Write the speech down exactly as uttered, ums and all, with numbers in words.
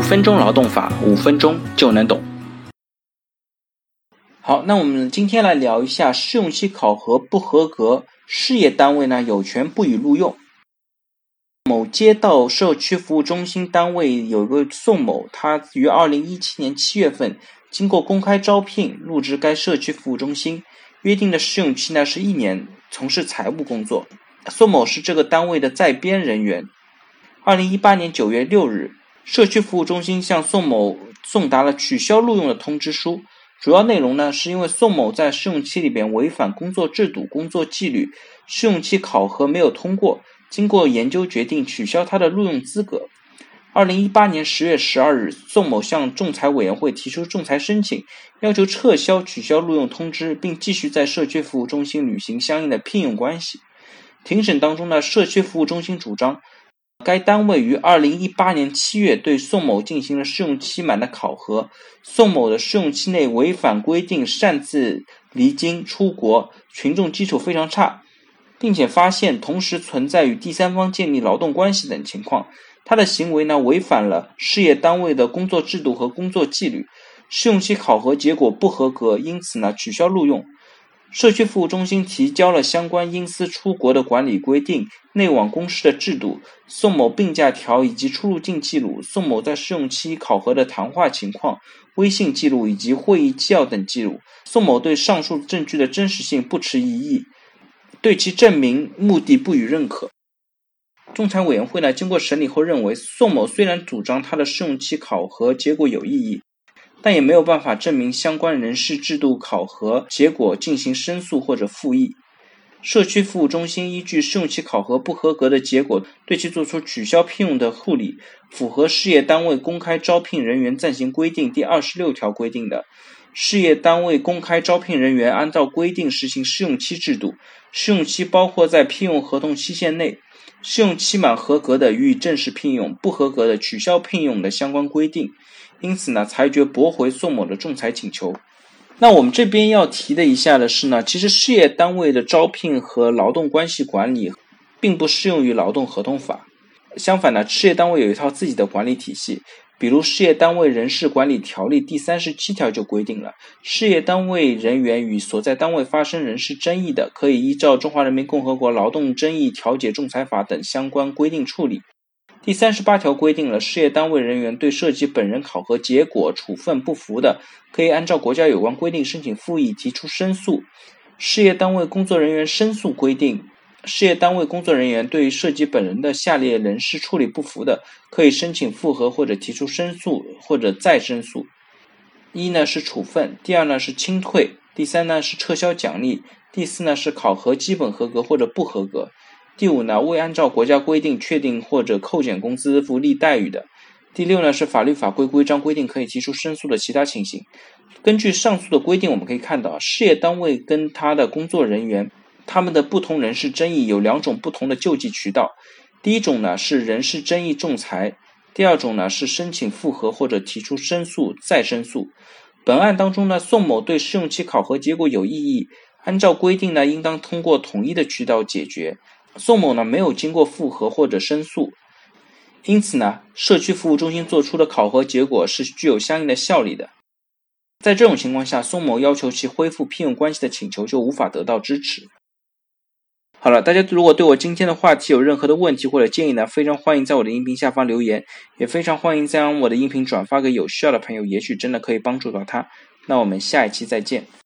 分钟劳动法，五分钟就能懂。好，那我们今天来聊一下试用期考核不合格，事业单位呢有权不予录用。某街道社区服务中心单位有个宋某，他于二零一七年七月份经过公开招聘入职该社区服务中心，约定的试用期呢是一年，从事财务工作。宋某是这个单位的在编人员。二零一八年九月六日，社区服务中心向宋某送达了取消录用的通知书。主要内容呢，是因为宋某在试用期里边违反工作制度、工作纪律，试用期考核没有通过，经过研究决定取消他的录用资格。二零一八年十月十二日，宋某向仲裁委员会提出仲裁申请，要求撤销取消录用通知，并继续在社区服务中心履行相应的聘用关系。庭审当中呢，社区服务中心主张，该单位于二零一八年七月对宋某进行了试用期满的考核，宋某的试用期内违反规定擅自离京出国，群众基础非常差，并且发现同时存在与第三方建立劳动关系等情况。他的行为呢违反了事业单位的工作制度和工作纪律，试用期考核结果不合格，因此呢取消录用。社区服务中心提交了相关因私出国的管理规定、内网公示的制度、宋某病假条以及出入境记录、宋某在试用期考核的谈话情况、微信记录以及会议纪要等记录。宋某对上述证据的真实性不持异议，对其证明目的不予认可。仲裁委员会呢，经过审理后认为，宋某虽然主张他的试用期考核结果有异议，但也没有办法证明相关人事制度考核结果进行申诉或者复议。社区服务中心依据试用期考核不合格的结果，对其作出取消聘用的处理，符合事业单位公开招聘人员暂行规定第二十六条规定的。事业单位公开招聘人员按照规定实行试用期制度，试用期包括在聘用合同期限内，试用期满合格的予以正式聘用，不合格的取消聘用的相关规定。因此呢，裁决驳回宋某的仲裁请求。那我们这边要提的一下的是呢，其实事业单位的招聘和劳动关系管理并不适用于劳动合同法。相反呢，事业单位有一套自己的管理体系，比如事业单位人事管理条例第三十七条就规定了，事业单位人员与所在单位发生人事争议的，可以依照中华人民共和国劳动争议调解仲裁法等相关规定处理。第三十八条规定了，事业单位人员对涉及本人考核结果处分不服的，可以按照国家有关规定申请复议，提出申诉。事业单位工作人员申诉规定，事业单位工作人员对涉及本人的下列人事处理不服的，可以申请复核或者提出申诉或者再申诉。一呢是处分，第二呢是清退，第三呢是撤销奖励，第四呢是考核基本合格或者不合格。第五呢，未按照国家规定确定或者扣减工资福利待遇的。第六呢，是法律法规规章规定可以提出申诉的其他情形。根据上述的规定，我们可以看到，事业单位跟他的工作人员，他们的不同人事争议有两种不同的救济渠道。第一种呢是人事争议仲裁，第二种呢是申请复核或者提出申诉再申诉。本案当中呢，宋某对试用期考核结果有异议，按照规定呢，应当通过统一的渠道解决。宋某呢没有经过复核或者申诉，因此呢，社区服务中心做出的考核结果是具有相应的效力的。在这种情况下，宋某要求其恢复聘用关系的请求就无法得到支持。好了，大家如果对我今天的话题有任何的问题或者建议呢，非常欢迎在我的音频下方留言，也非常欢迎将我的音频转发给有需要的朋友，也许真的可以帮助到他。那我们下一期再见。